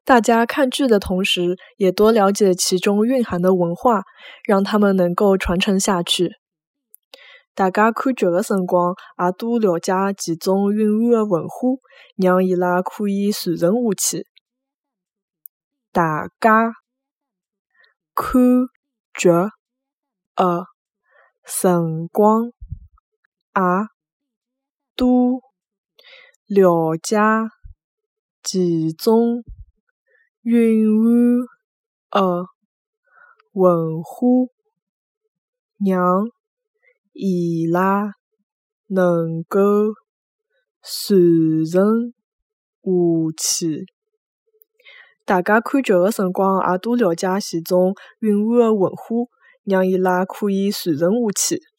大家看剧的同时，也多了解其中蕴含的文化，让它们能够传承下去。大家看剧的辰光，也多了解其中蕴含的文化，让伊拉可以传承下去。大家看剧的辰光，也多了解其中蕴含的文化，让伊拉能够传承下去。大家看剧的辰光，也多了解其中蕴含的文化，让伊拉可以传承下去。